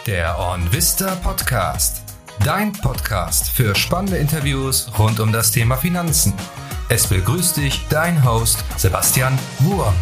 Der OnVista Podcast. Dein Podcast für spannende Interviews rund um das Thema Finanzen. Es begrüßt dich dein Host Sebastian Wurm.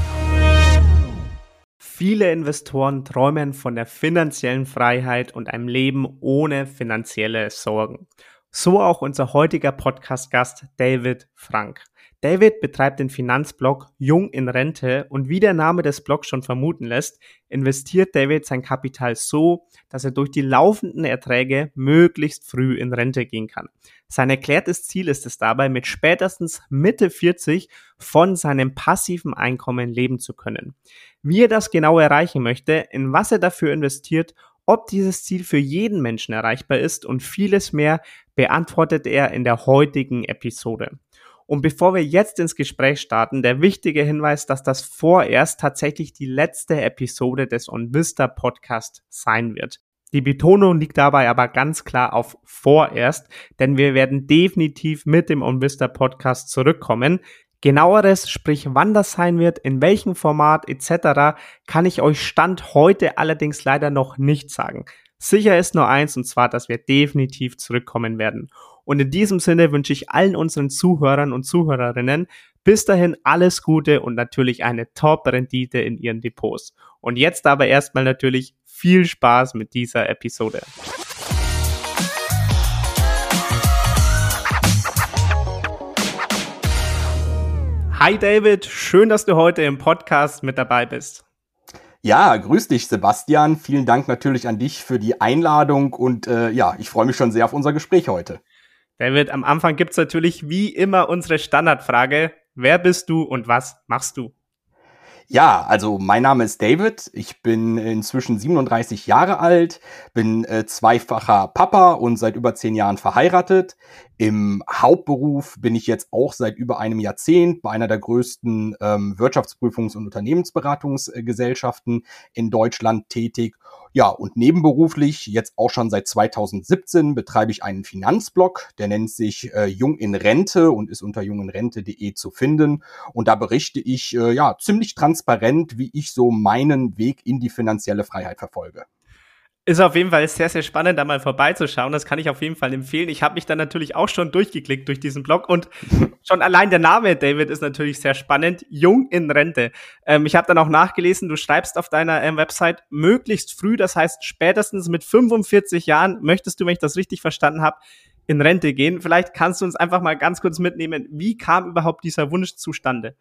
Viele Investoren träumen von der finanziellen Freiheit und einem Leben ohne finanzielle Sorgen. So auch unser heutiger Podcast-Gast David Frank. David betreibt den Finanzblog Jung in Rente und wie der Name des Blogs schon vermuten lässt, investiert David sein Kapital so, dass er durch die laufenden Erträge möglichst früh in Rente gehen kann. Sein erklärtes Ziel ist es dabei, mit spätestens Mitte 40 von seinem passiven Einkommen leben zu können. Wie er das genau erreichen möchte, in was er dafür investiert, ob dieses Ziel für jeden Menschen erreichbar ist und vieles mehr beantwortet er in der heutigen Episode. Und bevor wir jetzt ins Gespräch starten, der wichtige Hinweis, dass das vorerst tatsächlich die letzte Episode des OnVista Podcast sein wird. Die Betonung liegt dabei aber ganz klar auf vorerst, denn wir werden definitiv mit dem OnVista Podcast zurückkommen. Genaueres, sprich wann das sein wird, in welchem Format etc., kann ich euch Stand heute allerdings leider noch nicht sagen. Sicher ist nur eins, und zwar, dass wir definitiv zurückkommen werden. Und in diesem Sinne wünsche ich allen unseren Zuhörern und Zuhörerinnen bis dahin alles Gute und natürlich eine Top-Rendite in ihren Depots. Und jetzt aber erstmal natürlich viel Spaß mit dieser Episode. Hi David, schön, dass du heute im Podcast mit dabei bist. Ja, grüß dich Sebastian. Vielen Dank natürlich an dich für die Einladung und ich freue mich schon sehr auf unser Gespräch heute. David, am Anfang gibt's natürlich wie immer unsere Standardfrage. Wer bist du und was machst du? Ja, also mein Name ist David. Ich bin inzwischen 37 Jahre alt, bin zweifacher Papa und seit über 10 Jahren verheiratet. Im Hauptberuf bin ich jetzt auch seit über einem Jahrzehnt bei einer der größten Wirtschaftsprüfungs- und Unternehmensberatungsgesellschaften in Deutschland tätig. Ja, und nebenberuflich, jetzt auch schon seit 2017, betreibe ich einen Finanzblog, der nennt sich Jung in Rente und ist unter junginrente.de zu finden. Und da berichte ich ziemlich transparent, wie ich so meinen Weg in die finanzielle Freiheit verfolge. Ist auf jeden Fall sehr, sehr spannend, da mal vorbeizuschauen. Das kann ich auf jeden Fall empfehlen. Ich habe mich dann natürlich auch schon durchgeklickt durch diesen Blog und schon allein der Name David ist natürlich sehr spannend. Jung in Rente. Ich habe dann auch nachgelesen, du schreibst auf deiner Website möglichst früh, das heißt spätestens mit 45 Jahren möchtest du, wenn ich das richtig verstanden habe, in Rente gehen. Vielleicht kannst du uns einfach mal ganz kurz mitnehmen, wie kam überhaupt dieser Wunsch zustande?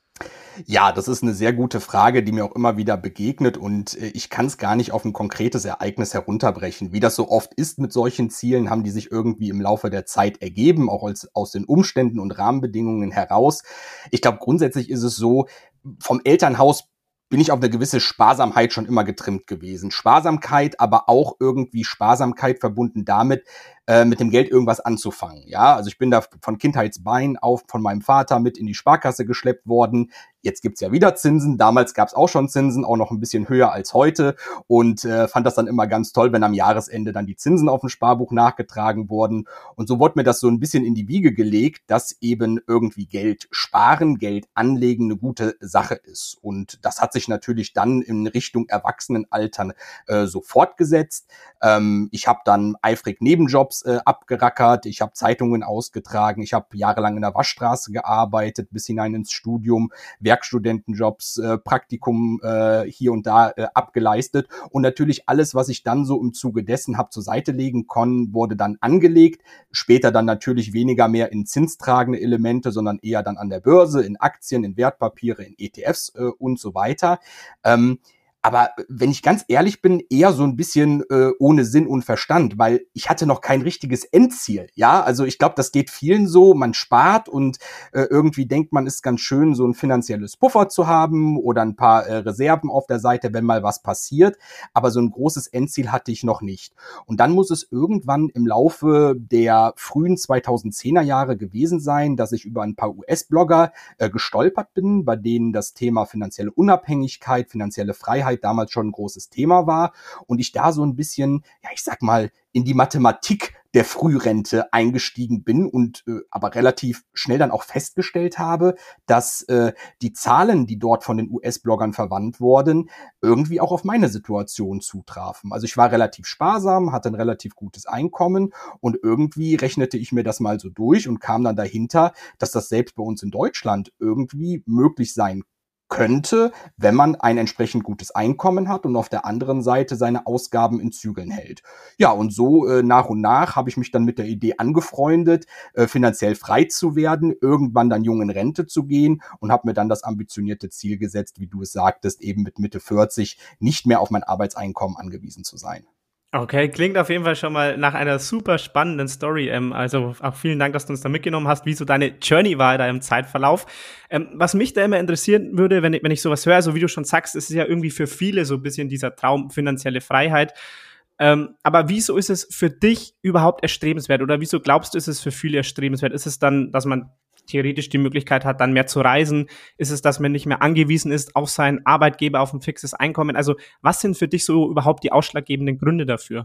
Ja, das ist eine sehr gute Frage, die mir auch immer wieder begegnet und ich kann es gar nicht auf ein konkretes Ereignis herunterbrechen. Wie das so oft ist mit solchen Zielen, haben die sich irgendwie im Laufe der Zeit ergeben, auch aus den Umständen und Rahmenbedingungen heraus. Ich glaube, grundsätzlich ist es so, vom Elternhaus bin ich auf eine gewisse Sparsamkeit schon immer getrimmt gewesen. Sparsamkeit, aber auch irgendwie Sparsamkeit verbunden damit, mit dem Geld irgendwas anzufangen. Ja, also ich bin da von Kindheitsbein auf von meinem Vater mit in die Sparkasse geschleppt worden. Jetzt gibt's ja wieder Zinsen. Damals gab's auch schon Zinsen, auch noch ein bisschen höher als heute und fand das dann immer ganz toll, wenn am Jahresende dann die Zinsen auf dem Sparbuch nachgetragen wurden. Und so wurde mir das so ein bisschen in die Wiege gelegt, dass eben irgendwie Geld sparen, Geld anlegen eine gute Sache ist. Und das hat sich natürlich dann in Richtung Erwachsenenaltern so fortgesetzt. Ich habe dann eifrig Nebenjobs abgerackert, ich habe Zeitungen ausgetragen, ich habe jahrelang in der Waschstraße gearbeitet, bis hinein ins Studium, Werkstudentenjobs, Praktikum hier und da abgeleistet und natürlich alles, was ich dann so im Zuge dessen habe zur Seite legen können, wurde dann angelegt, später dann natürlich weniger mehr in zinstragende Elemente, sondern eher dann an der Börse, in Aktien, in Wertpapiere, in ETFs und so weiter. Aber wenn ich ganz ehrlich bin, eher so ein bisschen ohne Sinn und Verstand, weil ich hatte noch kein richtiges Endziel. Ja, also ich glaube, das geht vielen so. Man spart und irgendwie denkt man, ist ganz schön, so ein finanzielles Puffer zu haben oder ein paar Reserven auf der Seite, wenn mal was passiert. Aber so ein großes Endziel hatte ich noch nicht. Und dann muss es irgendwann im Laufe der frühen 2010er Jahre gewesen sein, dass ich über ein paar US-Blogger gestolpert bin, bei denen das Thema finanzielle Unabhängigkeit, finanzielle Freiheit damals schon ein großes Thema war und ich da so ein bisschen, ja, ich sag mal, in die Mathematik der Frührente eingestiegen bin und aber relativ schnell dann auch festgestellt habe, dass die Zahlen, die dort von den US-Bloggern verwandt wurden, irgendwie auch auf meine Situation zutrafen. Also ich war relativ sparsam, hatte ein relativ gutes Einkommen und irgendwie rechnete ich mir das mal so durch und kam dann dahinter, dass das selbst bei uns in Deutschland irgendwie möglich sein könnte, wenn man ein entsprechend gutes Einkommen hat und auf der anderen Seite seine Ausgaben in Zügeln hält. Ja, und so nach und nach habe ich mich dann mit der Idee angefreundet, finanziell frei zu werden, irgendwann dann jung in Rente zu gehen und habe mir dann das ambitionierte Ziel gesetzt, wie du es sagtest, eben mit Mitte 40 nicht mehr auf mein Arbeitseinkommen angewiesen zu sein. Okay, klingt auf jeden Fall schon mal nach einer super spannenden Story. Also auch vielen Dank, dass du uns da mitgenommen hast, wie so deine Journey war da im Zeitverlauf. Was mich da immer interessieren würde, wenn ich sowas höre, so wie du schon sagst, ist es ja irgendwie für viele so ein bisschen dieser Traum finanzielle Freiheit. Aber wieso ist es für dich überhaupt erstrebenswert oder wieso glaubst du, ist es für viele erstrebenswert? Ist es dann, dass man theoretisch die Möglichkeit hat, dann mehr zu reisen? Ist es, dass man nicht mehr angewiesen ist auf seinen Arbeitgeber, auf ein fixes Einkommen? Also was sind für dich so überhaupt die ausschlaggebenden Gründe dafür?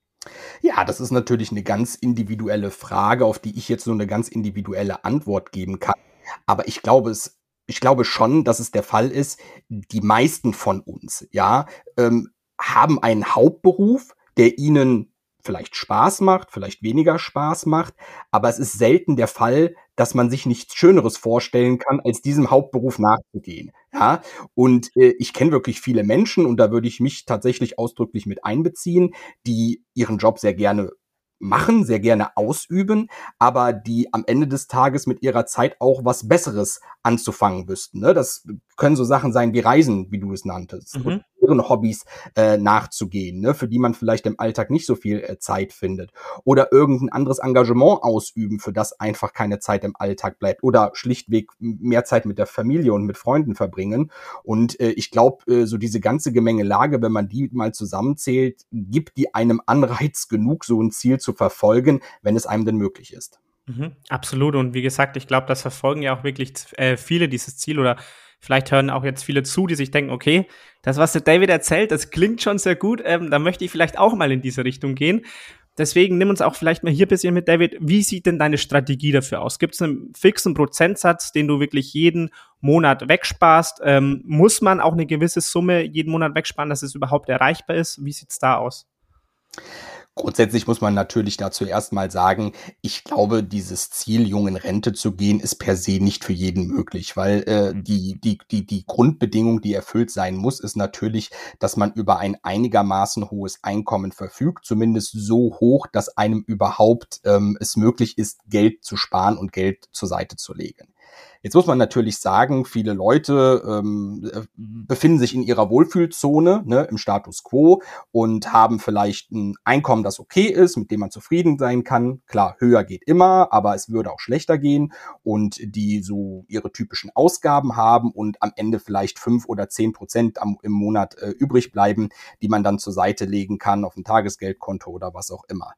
Ja, das ist natürlich eine ganz individuelle Frage, auf die ich jetzt nur eine ganz individuelle Antwort geben kann. Aber ich glaube schon, dass es der Fall ist, die meisten von uns, ja, haben einen Hauptberuf, der ihnen vielleicht Spaß macht, vielleicht weniger Spaß macht, aber es ist selten der Fall, dass man sich nichts Schöneres vorstellen kann, als diesem Hauptberuf nachzugehen. Ja, und ich kenne wirklich viele Menschen, und da würde ich mich tatsächlich ausdrücklich mit einbeziehen, die ihren Job sehr gerne machen, sehr gerne ausüben, aber die am Ende des Tages mit ihrer Zeit auch was Besseres anzufangen wüssten. Ne? Das können so Sachen sein wie Reisen, wie du es nanntest, und ihren Hobbys nachzugehen, ne? Für die man vielleicht im Alltag nicht so viel Zeit findet. Oder irgendein anderes Engagement ausüben, für das einfach keine Zeit im Alltag bleibt. Oder schlichtweg mehr Zeit mit der Familie und mit Freunden verbringen. Und ich glaube, so diese ganze Gemengelage, wenn man die mal zusammenzählt, gibt die einem Anreiz genug, so ein Ziel zu verfolgen, wenn es einem denn möglich ist. Absolut. Und wie gesagt, ich glaube, das verfolgen ja auch wirklich viele dieses Ziel oder vielleicht hören auch jetzt viele zu, die sich denken, okay, das, was der David erzählt, das klingt schon sehr gut, da möchte ich vielleicht auch mal in diese Richtung gehen. Deswegen nimm uns auch vielleicht mal hier ein bisschen mit, David. Wie sieht denn deine Strategie dafür aus? Gibt es einen fixen Prozentsatz, den du wirklich jeden Monat wegsparst? Muss man auch eine gewisse Summe jeden Monat wegsparen, dass es überhaupt erreichbar ist? Wie sieht's da aus? Grundsätzlich muss man natürlich dazu erstmal sagen, ich glaube, dieses Ziel, jung in Rente zu gehen, ist per se nicht für jeden möglich, weil die Grundbedingung, die erfüllt sein muss, ist natürlich, dass man über ein einigermaßen hohes Einkommen verfügt, zumindest so hoch, dass einem überhaupt es möglich ist, Geld zu sparen und Geld zur Seite zu legen. Jetzt muss man natürlich sagen, viele Leute befinden sich in ihrer Wohlfühlzone, ne, im Status quo, und haben vielleicht ein Einkommen, das okay ist, mit dem man zufrieden sein kann. Klar, höher geht immer, aber es würde auch schlechter gehen, und die so ihre typischen Ausgaben haben und am Ende vielleicht 5 oder 10% im Monat übrig bleiben, die man dann zur Seite legen kann auf ein Tagesgeldkonto oder was auch immer.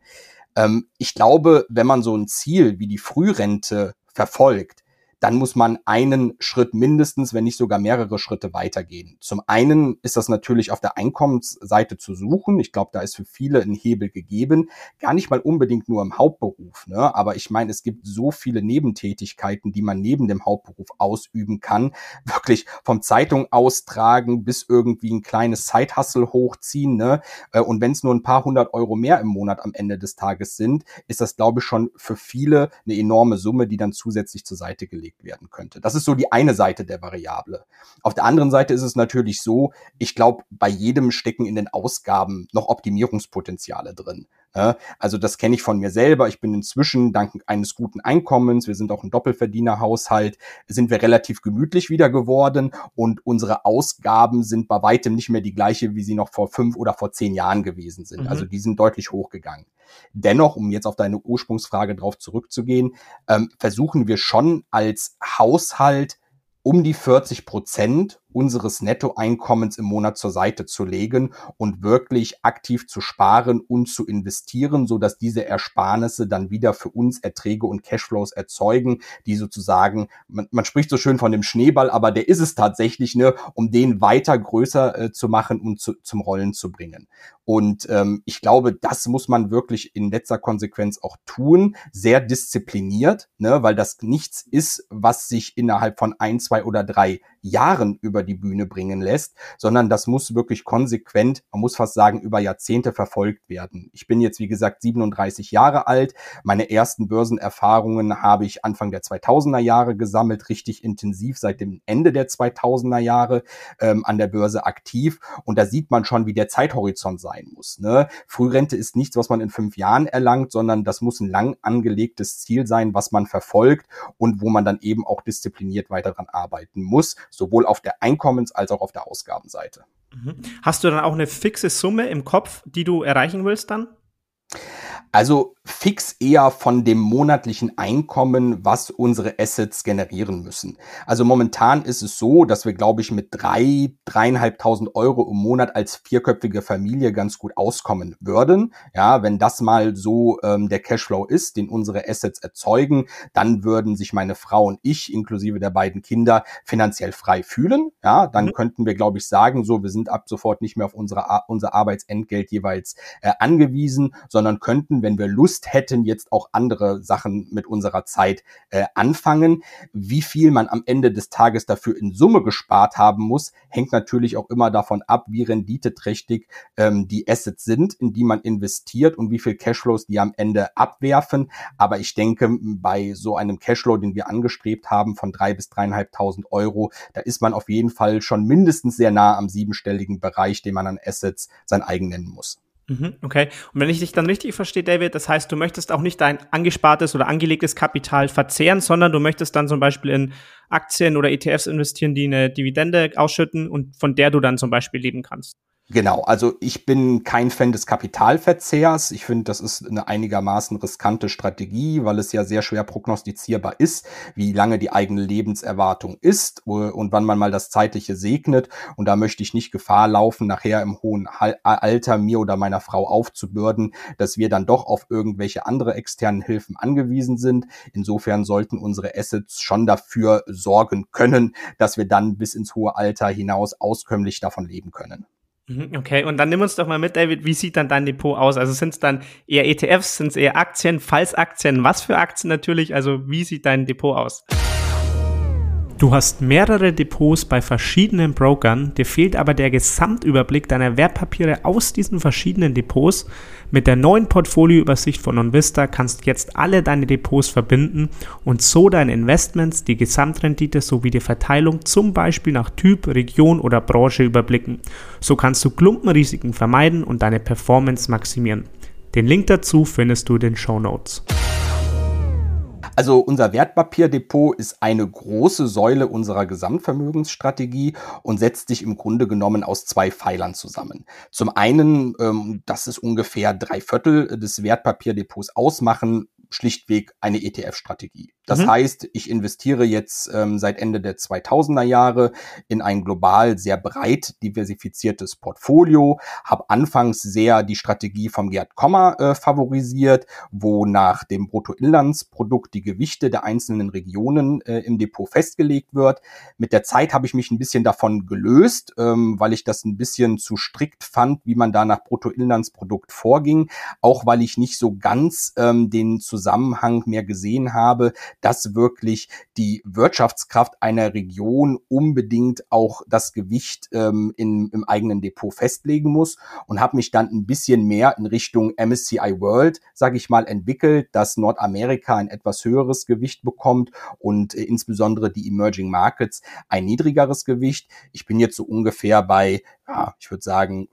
Ich glaube, wenn man so ein Ziel wie die Frührente verfolgt, dann muss man einen Schritt mindestens, wenn nicht sogar mehrere Schritte weitergehen. Zum einen ist das natürlich auf der Einkommensseite zu suchen. Ich glaube, da ist für viele ein Hebel gegeben. Gar nicht mal unbedingt nur im Hauptberuf, ne? Aber ich meine, es gibt so viele Nebentätigkeiten, die man neben dem Hauptberuf ausüben kann. Wirklich vom Zeitung austragen bis irgendwie ein kleines Side-Hustle hochziehen, ne? Und wenn es nur ein paar 100 € mehr im Monat am Ende des Tages sind, ist das, glaube ich, schon für viele eine enorme Summe, die dann zusätzlich zur Seite gelegt werden könnte. Das ist so die eine Seite der Variable. Auf der anderen Seite ist es natürlich so, ich glaube, bei jedem stecken in den Ausgaben noch Optimierungspotenziale drin. Also das kenne ich von mir selber. Ich bin inzwischen dank eines guten Einkommens, wir sind auch ein Doppelverdienerhaushalt, sind wir relativ gemütlich wieder geworden, und unsere Ausgaben sind bei weitem nicht mehr die gleiche, wie sie noch vor 5 oder vor 10 Jahren gewesen sind. Also die sind deutlich hochgegangen. Dennoch, um jetzt auf deine Ursprungsfrage drauf zurückzugehen, versuchen wir schon als Haushalt um die 40% unseres Nettoeinkommens im Monat zur Seite zu legen und wirklich aktiv zu sparen und zu investieren, so dass diese Ersparnisse dann wieder für uns Erträge und Cashflows erzeugen, die sozusagen, man spricht so schön von dem Schneeball, aber der ist es tatsächlich, ne, um den weiter größer zu machen und zum Rollen zu bringen. Und ich glaube, das muss man wirklich in letzter Konsequenz auch tun, sehr diszipliniert, ne, weil das nichts ist, was sich innerhalb von 1, 2 oder 3 Jahren über die Bühne bringen lässt, sondern das muss wirklich konsequent, man muss fast sagen, über Jahrzehnte verfolgt werden. Ich bin jetzt, wie gesagt, 37 Jahre alt. Meine ersten Börsenerfahrungen habe ich Anfang der 2000er Jahre gesammelt, richtig intensiv seit dem Ende der 2000er Jahre an der Börse aktiv. Und da sieht man schon, wie der Zeithorizont sein muss. Ne? Frührente ist nichts, was man in 5 Jahren erlangt, sondern das muss ein lang angelegtes Ziel sein, was man verfolgt und wo man dann eben auch diszipliniert weiter dran arbeiten muss, sowohl auf der Einkommens- als auch auf der Ausgabenseite. Hast du dann auch eine fixe Summe im Kopf, die du erreichen willst dann? Also fix eher von dem monatlichen Einkommen, was unsere Assets generieren müssen. Also momentan ist es so, dass wir, glaube ich, mit 3.500 Euro im Monat als vierköpfige Familie ganz gut auskommen würden. Ja, wenn das mal so der Cashflow ist, den unsere Assets erzeugen, dann würden sich meine Frau und ich, inklusive der beiden Kinder, finanziell frei fühlen. Ja, dann könnten wir, glaube ich, sagen, so, wir sind ab sofort nicht mehr auf unser Arbeitsentgelt jeweils angewiesen, sondern könnten, wenn wir Lust hätten, jetzt auch andere Sachen mit unserer Zeit anfangen. Wie viel man am Ende des Tages dafür in Summe gespart haben muss, hängt natürlich auch immer davon ab, wie renditeträchtig die Assets sind, in die man investiert und wie viel Cashflows die am Ende abwerfen. Aber ich denke, bei so einem Cashflow, den wir angestrebt haben, von 3.000 bis 3.500 Euro, da ist man auf jeden Fall schon mindestens sehr nah am siebenstelligen Bereich, den man an Assets sein eigen nennen muss. Okay. Und wenn ich dich dann richtig verstehe, David, das heißt, du möchtest auch nicht dein angespartes oder angelegtes Kapital verzehren, sondern du möchtest dann zum Beispiel in Aktien oder ETFs investieren, die eine Dividende ausschütten und von der du dann zum Beispiel leben kannst. Genau, also ich bin kein Fan des Kapitalverzehrs. Ich finde, das ist eine einigermaßen riskante Strategie, weil es ja sehr schwer prognostizierbar ist, wie lange die eigene Lebenserwartung ist und wann man mal das Zeitliche segnet. Und da möchte ich nicht Gefahr laufen, nachher im hohen Alter mir oder meiner Frau aufzubürden, dass wir dann doch auf irgendwelche andere externen Hilfen angewiesen sind. Insofern sollten unsere Assets schon dafür sorgen können, dass wir dann bis ins hohe Alter hinaus auskömmlich davon leben können. Okay, und dann nimm uns doch mal mit, David, wie sieht dann dein Depot aus? Also sind es dann eher ETFs, sind es eher Aktien, falls Aktien, was für Aktien natürlich? Also wie sieht dein Depot aus? Du hast mehrere Depots bei verschiedenen Brokern, dir fehlt aber der Gesamtüberblick deiner Wertpapiere aus diesen verschiedenen Depots. Mit der neuen Portfolioübersicht von OnVista kannst du jetzt alle deine Depots verbinden und so deine Investments, die Gesamtrendite sowie die Verteilung zum Beispiel nach Typ, Region oder Branche überblicken. So kannst du Klumpenrisiken vermeiden und deine Performance maximieren. Den Link dazu findest du in den Shownotes. Also unser Wertpapierdepot ist eine große Säule unserer Gesamtvermögensstrategie und setzt sich im Grunde genommen aus 2 Pfeilern zusammen. Zum einen, das ist ungefähr 3/4 des Wertpapierdepots ausmachen, schlichtweg eine ETF-Strategie. Das heißt, ich investiere jetzt seit Ende der 2000er Jahre in ein global sehr breit diversifiziertes Portfolio, habe anfangs sehr die Strategie vom Gerd Kommer favorisiert, wo nach dem Bruttoinlandsprodukt die Gewichte der einzelnen Regionen im Depot festgelegt wird. Mit der Zeit habe ich mich ein bisschen davon gelöst, weil ich das ein bisschen zu strikt fand, wie man da nach Bruttoinlandsprodukt vorging, auch weil ich nicht so ganz den Zusammenhang mehr gesehen habe, dass wirklich die Wirtschaftskraft einer Region unbedingt auch das Gewicht im eigenen Depot festlegen muss und habe mich dann ein bisschen mehr in Richtung MSCI World, sage ich mal, entwickelt, dass Nordamerika ein etwas höheres Gewicht bekommt und insbesondere die Emerging Markets ein niedrigeres Gewicht. Ich bin jetzt so ungefähr bei ich würde sagen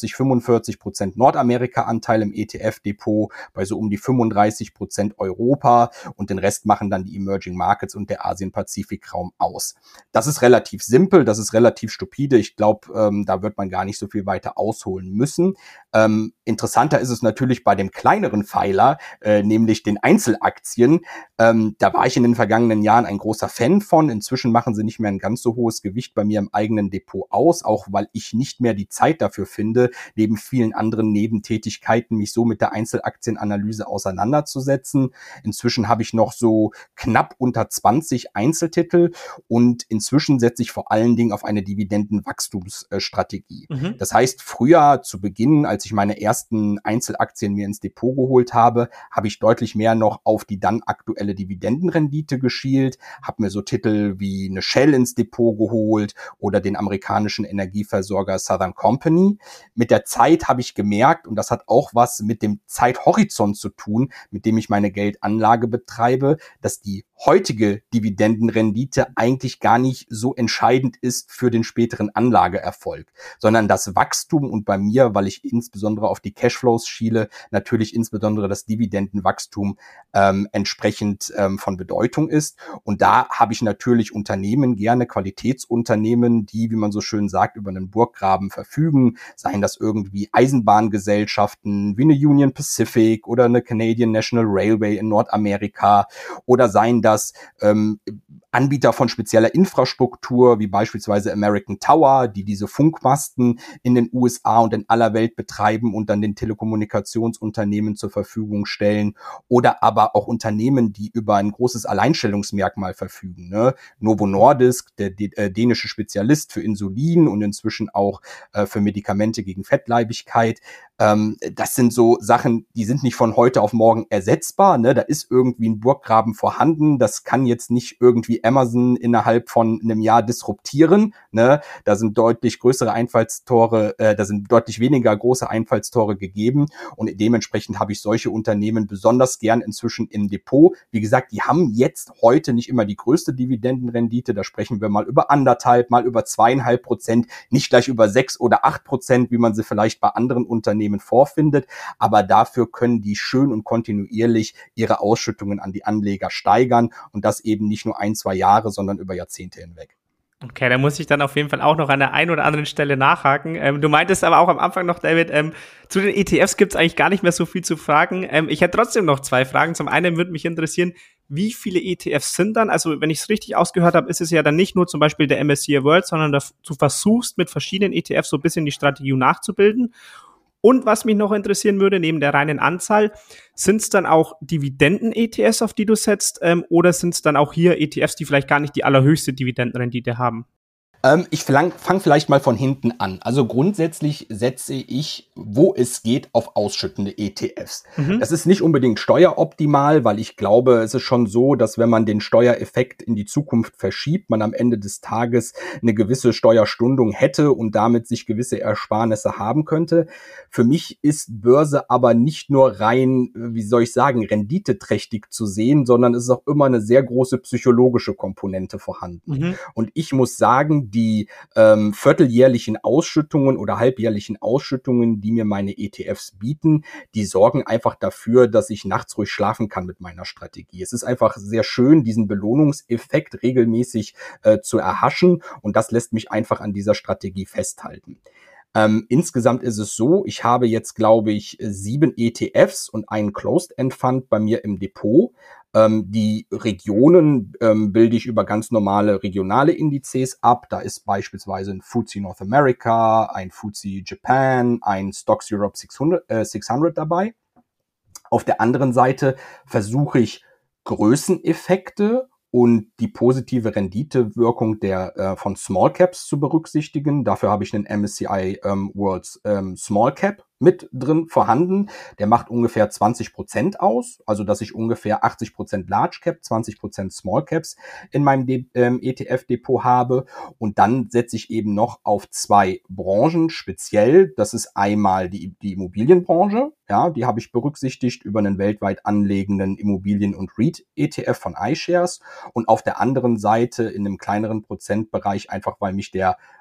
40-45% Nordamerika-Anteil im ETF-Depot, bei so um die 35% Europa und den Rest machen dann die Emerging Markets und der Asien-Pazifik-Raum aus. Das ist relativ simpel, das ist relativ stupide. Ich glaube, da wird man gar nicht so viel weiter ausholen müssen. Interessanter ist es natürlich bei dem kleineren Pfeiler, nämlich den Einzelaktien. Da war ich in den vergangenen Jahren ein großer Fan von. Inzwischen machen sie nicht mehr ein ganz so hohes Gewicht bei mir im eigenen Depot aus, auch weil ich nicht mehr die Zeit dafür finde, neben vielen anderen Nebentätigkeiten mich so mit der Einzelaktienanalyse auseinanderzusetzen. Inzwischen habe ich noch so knapp unter 20 Einzeltitel und inzwischen setze ich vor allen Dingen auf eine Dividendenwachstumsstrategie. Das heißt, früher zu Beginn, als ich meine ersten Einzelaktien mir ins Depot geholt habe, habe ich deutlich mehr noch auf die dann aktuelle Dividendenrendite geschielt, habe mir so Titel wie eine Shell ins Depot geholt oder den amerikanischen Energieversorger Southern Company. Mit der Zeit habe ich gemerkt, und das hat auch was mit dem Zeithorizont zu tun, mit dem ich meine Geldanlage betreibe, dass die heutige Dividendenrendite eigentlich gar nicht so entscheidend ist für den späteren Anlageerfolg, sondern das Wachstum und bei mir, weil ich insbesondere auf die Cashflows schiele, natürlich insbesondere das Dividendenwachstum entsprechend von Bedeutung ist. Und da habe ich natürlich Unternehmen, gerne Qualitätsunternehmen, die, wie man so schön sagt, über einen Burggraben verfügen, seien das irgendwie Eisenbahngesellschaften wie eine Union Pacific oder eine Canadian National Railway in Nordamerika oder seien das Anbieter von spezieller Infrastruktur, wie beispielsweise American Tower, die diese Funkmasten in den USA und in aller Welt betreiben und dann den Telekommunikationsunternehmen zur Verfügung stellen, oder aber auch Unternehmen, die über ein großes Alleinstellungsmerkmal verfügen. Ne? Novo Nordisk, der dänische Spezialist für Insulin und inzwischen auch für Medikamente gegen Fettleibigkeit. Das sind so Sachen, die sind nicht von heute auf morgen ersetzbar. Ne? Da ist irgendwie ein Burggraben vorhanden. Das kann jetzt nicht irgendwie Amazon innerhalb von einem Jahr disruptieren. Ne? Da sind deutlich größere Einfallstore, da sind deutlich weniger große Einfallstore gegeben. Und dementsprechend habe ich solche Unternehmen besonders gern inzwischen im Depot. Wie gesagt, die haben jetzt heute nicht immer die größte Dividendenrendite. Da sprechen wir mal über 1,5, mal über 2,5%, nicht gleich über 6 oder 8%, wie man sie vielleicht bei anderen Unternehmen vorfindet, aber dafür können die schön und kontinuierlich ihre Ausschüttungen an die Anleger steigern und das eben nicht nur 1-2 Jahre, sondern über Jahrzehnte hinweg. Okay, da muss ich dann auf jeden Fall auch noch an der einen oder anderen Stelle nachhaken. Du meintest aber auch am Anfang noch, David, zu den ETFs gibt es eigentlich gar nicht mehr so viel zu fragen. Ich hätte trotzdem noch 2 Fragen. Zum einen würde mich interessieren, wie viele ETFs sind dann? Also wenn ich es richtig ausgehört habe, ist es ja dann nicht nur zum Beispiel der MSCI World, sondern du versuchst mit verschiedenen ETFs so ein bisschen die Strategie nachzubilden. Und was mich noch interessieren würde, neben der reinen Anzahl, sind es dann auch Dividenden-ETFs, auf die du setzt, oder sind es dann auch hier ETFs, die vielleicht gar nicht die allerhöchste Dividendenrendite haben? Ich fange vielleicht mal von hinten an. Also grundsätzlich setze ich, wo es geht, auf ausschüttende ETFs. Das ist nicht unbedingt steueroptimal, weil ich glaube, es ist schon so, dass wenn man den Steuereffekt in die Zukunft verschiebt, man am Ende des Tages eine gewisse Steuerstundung hätte und damit sich gewisse Ersparnisse haben könnte. Für mich ist Börse aber nicht nur rein, wie soll ich sagen, renditeträchtig zu sehen, sondern es ist auch immer eine sehr große psychologische Komponente vorhanden. Und ich muss sagen, die vierteljährlichen Ausschüttungen oder halbjährlichen Ausschüttungen, die mir meine ETFs bieten, die sorgen einfach dafür, dass ich nachts ruhig schlafen kann mit meiner Strategie. Es ist einfach sehr schön, diesen Belohnungseffekt regelmäßig zu erhaschen und das lässt mich einfach an dieser Strategie festhalten. Insgesamt ist es so, ich habe jetzt, glaube ich, 7 ETFs und einen Closed-End Fund bei mir im Depot. Die Regionen bilde ich über ganz normale regionale Indizes ab. Da ist beispielsweise ein FTSE North America, ein FTSE Japan, ein Stocks Europe 600 dabei. Auf der anderen Seite versuche ich Größeneffekte und die positive Renditewirkung von Small Caps zu berücksichtigen. Dafür habe ich einen MSCI World Small Cap mit drin vorhanden. Der macht ungefähr 20% aus, also dass ich ungefähr 80% Large Cap, 20% Small Caps in meinem ETF-Depot habe. Und dann setze ich eben noch auf 2 Branchen speziell. Das ist einmal die Immobilienbranche. Ja, die habe ich berücksichtigt über einen weltweit anlegenden Immobilien- und REIT-ETF von iShares. Und auf der anderen Seite in einem kleineren Prozentbereich, einfach weil mich der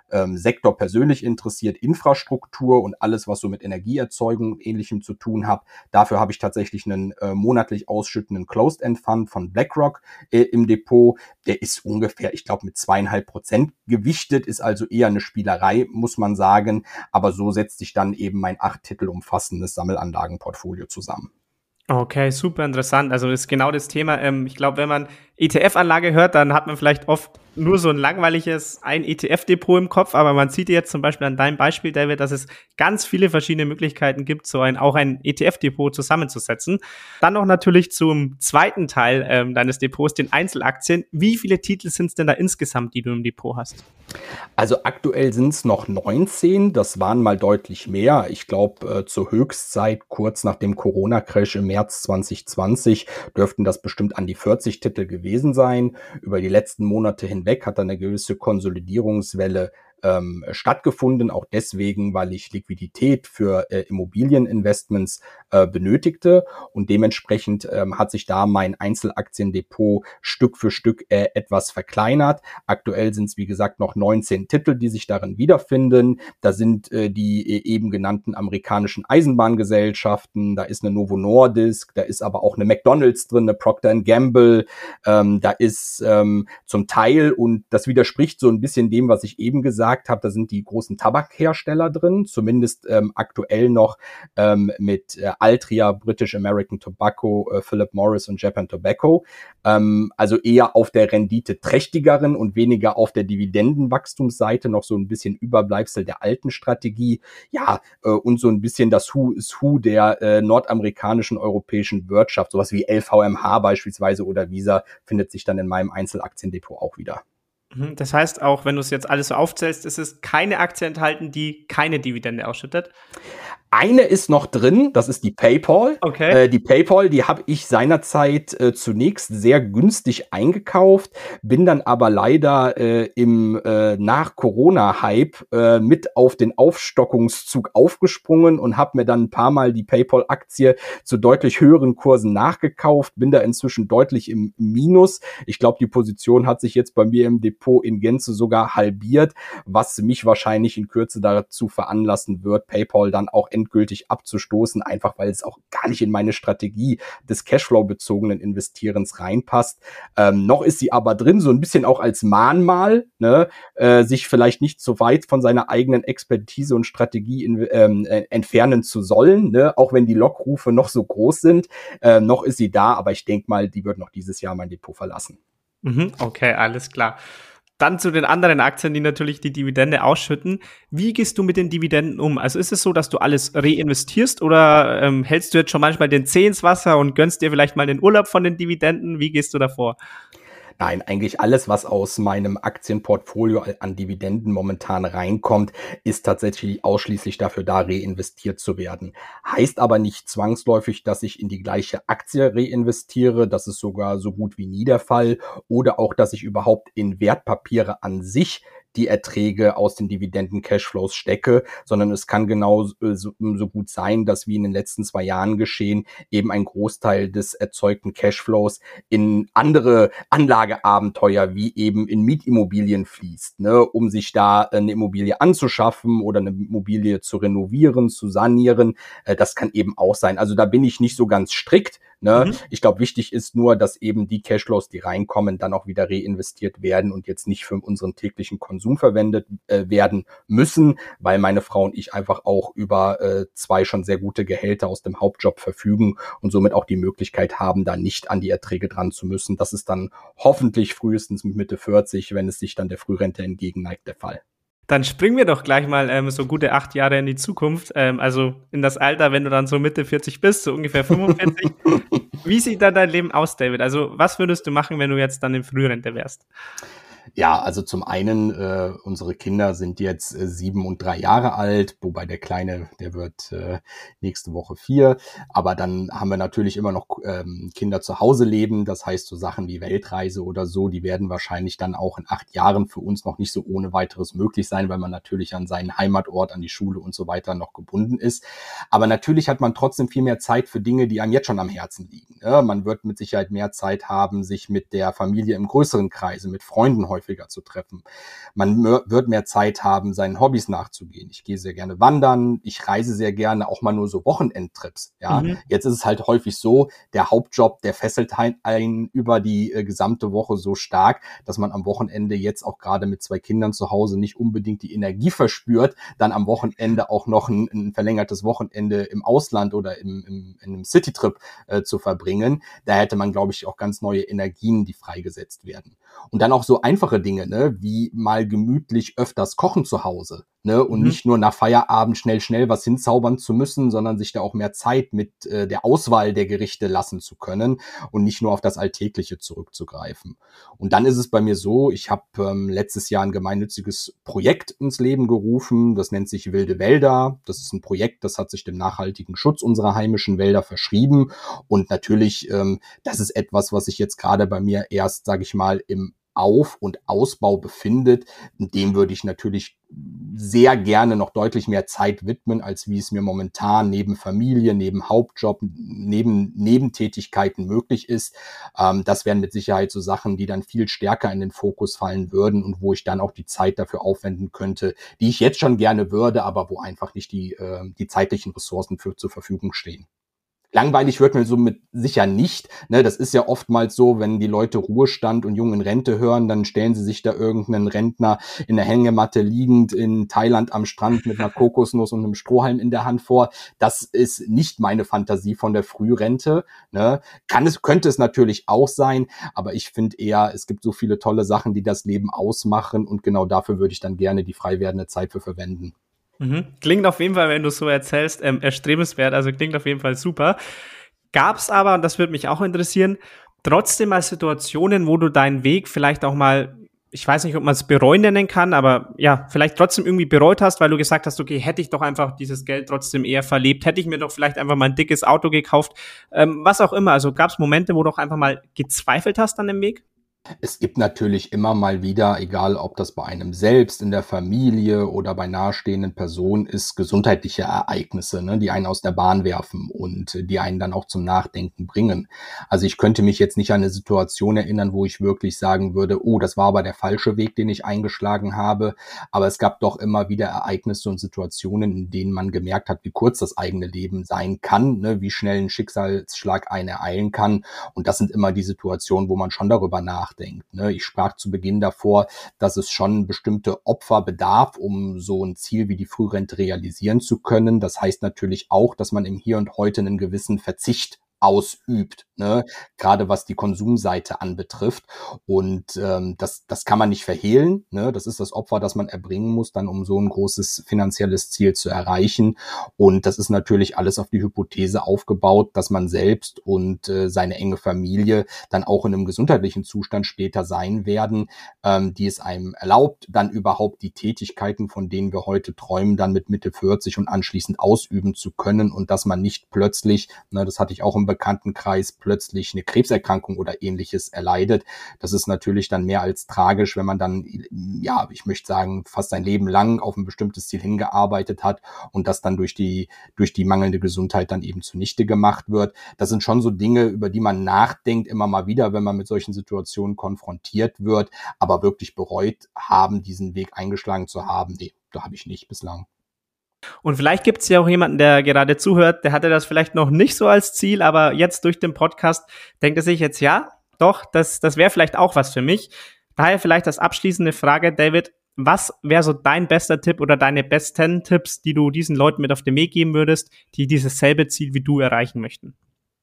Sektor persönlich interessiert, Infrastruktur und alles, was so mit Energieerzeugung und Ähnlichem zu tun hat. Dafür habe ich tatsächlich einen monatlich ausschüttenden Closed-End-Fund von BlackRock im Depot. Der ist ungefähr, ich glaube, mit 2,5% gewichtet, ist also eher eine Spielerei, muss man sagen. Aber so setzt sich dann eben mein 8 Titel umfassendes Sammelanlagenportfolio zusammen. Okay, super interessant. Also ist genau das Thema. Ich glaube, wenn man ETF-Anlage hört, dann hat man vielleicht oft nur so ein langweiliges ein ETF-Depot im Kopf, aber man sieht jetzt zum Beispiel an deinem Beispiel, David, dass es ganz viele verschiedene Möglichkeiten gibt, auch ein ETF-Depot zusammenzusetzen. Dann noch natürlich zum zweiten Teil deines Depots, den Einzelaktien. Wie viele Titel sind es denn da insgesamt, die du im Depot hast? Also aktuell sind es noch 19, das waren mal deutlich mehr. Ich glaube, zur Höchstzeit, kurz nach dem Corona-Crash im März 2020, dürften das bestimmt an die 40 Titel gewesen sein. Über die letzten Monate hinweg hat da eine gewisse Konsolidierungswelle stattgefunden, auch deswegen, weil ich Liquidität für Immobilieninvestments benötigte und dementsprechend hat sich da mein Einzelaktiendepot Stück für Stück etwas verkleinert. Aktuell sind es, wie gesagt, noch 19 Titel, die sich darin wiederfinden. Da sind die eben genannten amerikanischen Eisenbahngesellschaften, da ist eine Novo Nordisk, da ist aber auch eine McDonald's drin, eine Procter & Gamble, da ist zum Teil, und das widerspricht so ein bisschen dem, was ich eben gesagt habe, da sind die großen Tabakhersteller drin, zumindest aktuell noch mit Altria, British American Tobacco, Philip Morris und Japan Tobacco. Also eher auf der renditeträchtigeren und weniger auf der Dividendenwachstumsseite, noch so ein bisschen Überbleibsel der alten Strategie. Ja, und so ein bisschen das Who is Who der nordamerikanischen europäischen Wirtschaft, sowas wie LVMH beispielsweise oder Visa, findet sich dann in meinem Einzelaktiendepot auch wieder. Das heißt, auch wenn du es jetzt alles so aufzählst, ist es keine Aktie enthalten, die keine Dividende ausschüttet? Eine ist noch drin, das ist die PayPal. Okay. Die PayPal, die habe ich seinerzeit zunächst sehr günstig eingekauft, bin dann aber leider im Nach-Corona-Hype mit auf den Aufstockungszug aufgesprungen und habe mir dann ein paar Mal die PayPal-Aktie zu deutlich höheren Kursen nachgekauft, bin da inzwischen deutlich im Minus. Ich glaube, die Position hat sich jetzt bei mir im Depot in Gänze sogar halbiert, was mich wahrscheinlich in Kürze dazu veranlassen wird, PayPal dann auch endgültig abzustoßen, einfach weil es auch gar nicht in meine Strategie des Cashflow-bezogenen Investierens reinpasst. Noch ist sie aber drin, so ein bisschen auch als Mahnmal, ne, sich vielleicht nicht so weit von seiner eigenen Expertise und Strategie entfernen zu sollen, ne, auch wenn die Lockrufe noch so groß sind. Noch ist sie da, aber ich denke mal, die wird noch dieses Jahr mein Depot verlassen. Okay, alles klar. Dann zu den anderen Aktien, die natürlich die Dividende ausschütten. Wie gehst du mit den Dividenden um? Also ist es so, dass du alles reinvestierst oder hältst du jetzt schon manchmal den Zeh ins Wasser und gönnst dir vielleicht mal den Urlaub von den Dividenden? Wie gehst du davor? Nein, eigentlich alles, was aus meinem Aktienportfolio an Dividenden momentan reinkommt, ist tatsächlich ausschließlich dafür da, reinvestiert zu werden. Heißt aber nicht zwangsläufig, dass ich in die gleiche Aktie reinvestiere. Das ist sogar so gut wie nie der Fall. Oder auch, dass ich überhaupt in Wertpapiere an sich die Erträge aus den Dividenden-Cashflows stecke, sondern es kann genauso so gut sein, dass wie in den letzten 2 Jahren geschehen, eben ein Großteil des erzeugten Cashflows in andere Anlageabenteuer wie eben in Mietimmobilien fließt, ne, um sich da eine Immobilie anzuschaffen oder eine Immobilie zu renovieren, zu sanieren. Das kann eben auch sein. Also da bin ich nicht so ganz strikt. Ne? Ich glaube, wichtig ist nur, dass eben die Cashflows, die reinkommen, dann auch wieder reinvestiert werden und jetzt nicht für unseren täglichen Konsum verwendet werden müssen, weil meine Frau und ich einfach auch über 2 schon sehr gute Gehälter aus dem Hauptjob verfügen und somit auch die Möglichkeit haben, da nicht an die Erträge dran zu müssen. Das ist dann hoffentlich frühestens mit Mitte 40, wenn es sich dann der Frührente entgegenneigt, der Fall. Dann springen wir doch gleich mal so gute 8 Jahre in die Zukunft, also in das Alter, wenn du dann so Mitte 40 bist, so ungefähr 45. Wie sieht dann dein Leben aus, David? Also was würdest du machen, wenn du jetzt dann in Frührente wärst? Ja, also zum einen, unsere Kinder sind jetzt 7 und 3 Jahre alt, wobei der Kleine, der wird nächste Woche 4. Aber dann haben wir natürlich immer noch Kinder zu Hause leben. Das heißt, so Sachen wie Weltreise oder so, die werden wahrscheinlich dann auch in 8 Jahren für uns noch nicht so ohne weiteres möglich sein, weil man natürlich an seinen Heimatort, an die Schule und so weiter noch gebunden ist. Aber natürlich hat man trotzdem viel mehr Zeit für Dinge, die einem jetzt schon am Herzen liegen. Ja, man wird mit Sicherheit mehr Zeit haben, sich mit der Familie im größeren Kreise, mit Freunden häufiger häufiger zu treffen. Man wird mehr Zeit haben, seinen Hobbys nachzugehen. Ich gehe sehr gerne wandern, ich reise sehr gerne, auch mal nur so Wochenendtrips. Ja, jetzt ist es halt häufig so, der Hauptjob, der fesselt einen über die gesamte Woche so stark, dass man am Wochenende jetzt auch gerade mit 2 Kindern zu Hause nicht unbedingt die Energie verspürt, dann am Wochenende auch noch ein verlängertes Wochenende im Ausland oder in einem Citytrip zu verbringen. Da hätte man, glaube ich, auch ganz neue Energien, die freigesetzt werden. Und dann auch so einfache Dinge, ne, wie mal gemütlich öfters kochen zu Hause, ne, und nicht nur nach Feierabend schnell was hinzaubern zu müssen, sondern sich da auch mehr Zeit mit der Auswahl der Gerichte lassen zu können und nicht nur auf das Alltägliche zurückzugreifen. Und dann ist es bei mir so, ich habe letztes Jahr ein gemeinnütziges Projekt ins Leben gerufen, das nennt sich Wilde Wälder. Das ist ein Projekt, das hat sich dem nachhaltigen Schutz unserer heimischen Wälder verschrieben und natürlich, das ist etwas, was sich jetzt gerade bei mir erst, sage ich mal, im Auf- und Ausbau befindet. Dem würde ich natürlich sehr gerne noch deutlich mehr Zeit widmen, als wie es mir momentan neben Familie, neben Hauptjob, neben Nebentätigkeiten möglich ist. Das wären mit Sicherheit so Sachen, die dann viel stärker in den Fokus fallen würden und wo ich dann auch die Zeit dafür aufwenden könnte, die ich jetzt schon gerne würde, aber wo einfach nicht die zeitlichen Ressourcen zur Verfügung stehen. Langweilig wird mir somit sicher nicht. Ne, das ist ja oftmals so, wenn die Leute Ruhestand und Jung in Rente hören, dann stellen sie sich da irgendeinen Rentner in der Hängematte liegend in Thailand am Strand mit einer Kokosnuss und einem Strohhalm in der Hand vor. Das ist nicht meine Fantasie von der Frührente. Ne. Könnte es natürlich auch sein, aber ich finde eher, es gibt so viele tolle Sachen, die das Leben ausmachen und genau dafür würde ich dann gerne die frei werdende Zeit für verwenden. Klingt auf jeden Fall, wenn du es so erzählst, erstrebenswert, also klingt auf jeden Fall super. Gab es aber, und das würde mich auch interessieren, trotzdem mal Situationen, wo du deinen Weg vielleicht auch mal, ich weiß nicht, ob man es bereuen nennen kann, aber ja, vielleicht trotzdem irgendwie bereut hast, weil du gesagt hast, okay, hätte ich doch einfach dieses Geld trotzdem eher verlebt, hätte ich mir doch vielleicht einfach mal ein dickes Auto gekauft, was auch immer. Also gab es Momente, wo du auch einfach mal gezweifelt hast an dem Weg? Es gibt natürlich immer mal wieder, egal ob das bei einem selbst, in der Familie oder bei nahestehenden Personen ist, gesundheitliche Ereignisse, ne, die einen aus der Bahn werfen und die einen dann auch zum Nachdenken bringen. Also ich könnte mich jetzt nicht an eine Situation erinnern, wo ich wirklich sagen würde, oh, das war aber der falsche Weg, den ich eingeschlagen habe. Aber es gab doch immer wieder Ereignisse und Situationen, in denen man gemerkt hat, wie kurz das eigene Leben sein kann, ne, wie schnell ein Schicksalsschlag einen ereilen kann. Und das sind immer die Situationen, wo man schon darüber nachdenkt. Ich sprach zu Beginn davor, dass es schon bestimmte Opfer bedarf, um so ein Ziel wie die Frührente realisieren zu können. Das heißt natürlich auch, dass man im Hier und Heute einen gewissen Verzicht ausübt, ne? Gerade was die Konsumseite anbetrifft. Und das kann man nicht verhehlen. Ne? Das ist das Opfer, das man erbringen muss, dann um so ein großes finanzielles Ziel zu erreichen. Und das ist natürlich alles auf die Hypothese aufgebaut, dass man selbst und seine enge Familie dann auch in einem gesundheitlichen Zustand später sein werden, die es einem erlaubt, dann überhaupt die Tätigkeiten, von denen wir heute träumen, dann mit Mitte 40 und anschließend ausüben zu können und dass man nicht plötzlich, ne, das hatte ich auch im Bekanntenkreis, plötzlich eine Krebserkrankung oder Ähnliches erleidet. Das ist natürlich dann mehr als tragisch, wenn man dann, ja, ich möchte sagen, fast sein Leben lang auf ein bestimmtes Ziel hingearbeitet hat und das dann durch die mangelnde Gesundheit dann eben zunichte gemacht wird. Das sind schon so Dinge, über die man nachdenkt, immer mal wieder, wenn man mit solchen Situationen konfrontiert wird, aber wirklich bereut haben, diesen Weg eingeschlagen zu haben, nee, da habe ich nicht bislang. Und vielleicht gibt es ja auch jemanden, der gerade zuhört, der hatte das vielleicht noch nicht so als Ziel, aber jetzt durch den Podcast denkt er sich jetzt, ja, doch, das wäre vielleicht auch was für mich. Daher vielleicht als abschließende Frage, David, was wäre so dein bester Tipp oder deine besten Tipps, die du diesen Leuten mit auf den Weg geben würdest, die dieses selbe Ziel wie du erreichen möchten?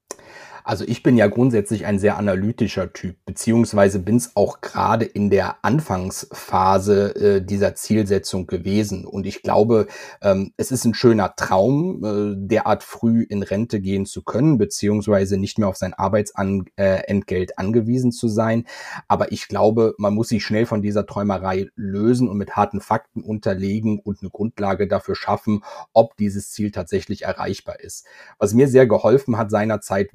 Also ich bin ja grundsätzlich ein sehr analytischer Typ, beziehungsweise bin es auch gerade in der Anfangsphase dieser Zielsetzung gewesen. Und ich glaube, es ist ein schöner Traum, derart früh in Rente gehen zu können, beziehungsweise nicht mehr auf sein Arbeitsentgelt angewiesen zu sein. Aber ich glaube, man muss sich schnell von dieser Träumerei lösen und mit harten Fakten unterlegen und eine Grundlage dafür schaffen, ob dieses Ziel tatsächlich erreichbar ist. Was mir sehr geholfen hat seinerzeit, war erstmal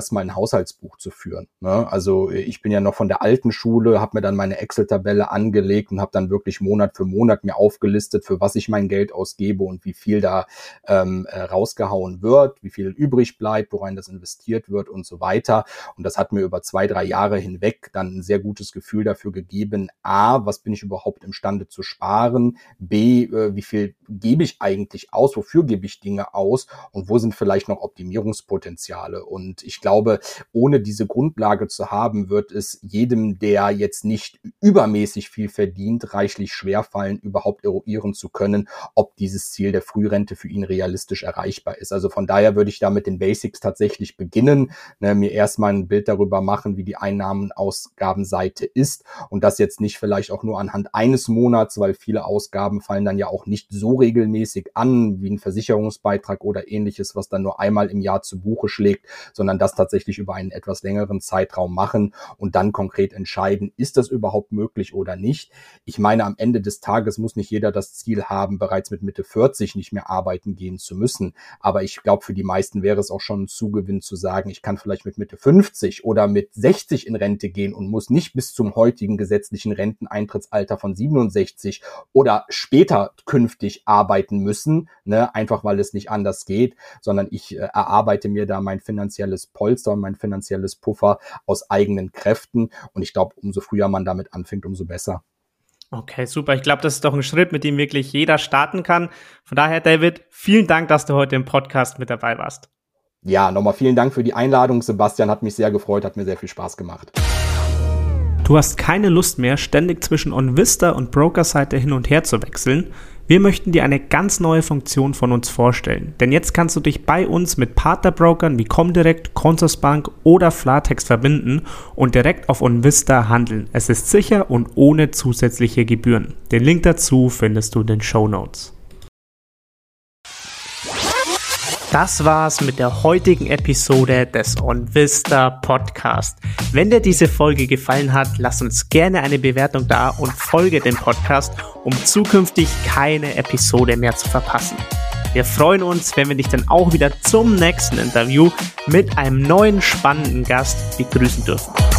erstmal ein Haushaltsbuch zu führen. Ne? Also ich bin ja noch von der alten Schule, habe mir dann meine Excel-Tabelle angelegt und habe dann wirklich Monat für Monat mir aufgelistet, für was ich mein Geld ausgebe und wie viel da rausgehauen wird, wie viel übrig bleibt, worein das investiert wird und so weiter. Und das hat mir über 2-3 Jahre hinweg dann ein sehr gutes Gefühl dafür gegeben, A, was bin ich überhaupt imstande zu sparen, B, wie viel gebe ich eigentlich aus, wofür gebe ich Dinge aus und wo sind vielleicht noch Optimierungspotenziale. Und ich glaube, ohne diese Grundlage zu haben, wird es jedem, der jetzt nicht übermäßig viel verdient, reichlich schwerfallen, überhaupt eruieren zu können, ob dieses Ziel der Frührente für ihn realistisch erreichbar ist. Also von daher würde ich da mit den Basics tatsächlich beginnen, mir erstmal ein Bild darüber machen, wie die Einnahmen-Ausgabenseite ist und das jetzt nicht vielleicht auch nur anhand eines Monats, weil viele Ausgaben fallen dann ja auch nicht so regelmäßig an, wie ein Versicherungsbeitrag oder ähnliches, was dann nur einmal im Jahr zu Buche schlägt, sondern das tatsächlich über einen etwas längeren Zeitraum machen und dann konkret entscheiden, ist das überhaupt möglich oder nicht. Ich meine, am Ende des Tages muss nicht jeder das Ziel haben, bereits mit Mitte 40 nicht mehr arbeiten gehen zu müssen, aber ich glaube, für die meisten wäre es auch schon ein Zugewinn zu sagen, ich kann vielleicht mit Mitte 50 oder mit 60 in Rente gehen und muss nicht bis zum heutigen gesetzlichen Renteneintrittsalter von 67 oder später künftig arbeiten müssen, einfach weil es nicht anders geht, sondern ich erarbeite mir da mein finanzielles Polster und mein finanzielles Puffer aus eigenen Kräften und ich glaube, umso früher man damit anfängt, umso besser. Okay, super. Ich glaube, das ist doch ein Schritt, mit dem wirklich jeder starten kann. Von daher, David, vielen Dank, dass du heute im Podcast mit dabei warst. Ja, nochmal vielen Dank für die Einladung, Sebastian, hat mich sehr gefreut, hat mir sehr viel Spaß gemacht. Du hast keine Lust mehr, ständig zwischen OnVista und Brokerseite hin und her zu wechseln? Wir möchten dir eine ganz neue Funktion von uns vorstellen, denn jetzt kannst du dich bei uns mit Partnerbrokern wie Comdirect, Consorsbank oder Flatex verbinden und direkt auf OnVista handeln. Es ist sicher und ohne zusätzliche Gebühren. Den Link dazu findest du in den Shownotes. Das war's mit der heutigen Episode des OnVista Podcast. Wenn dir diese Folge gefallen hat, lass uns gerne eine Bewertung da und folge dem Podcast, um zukünftig keine Episode mehr zu verpassen. Wir freuen uns, wenn wir dich dann auch wieder zum nächsten Interview mit einem neuen spannenden Gast begrüßen dürfen.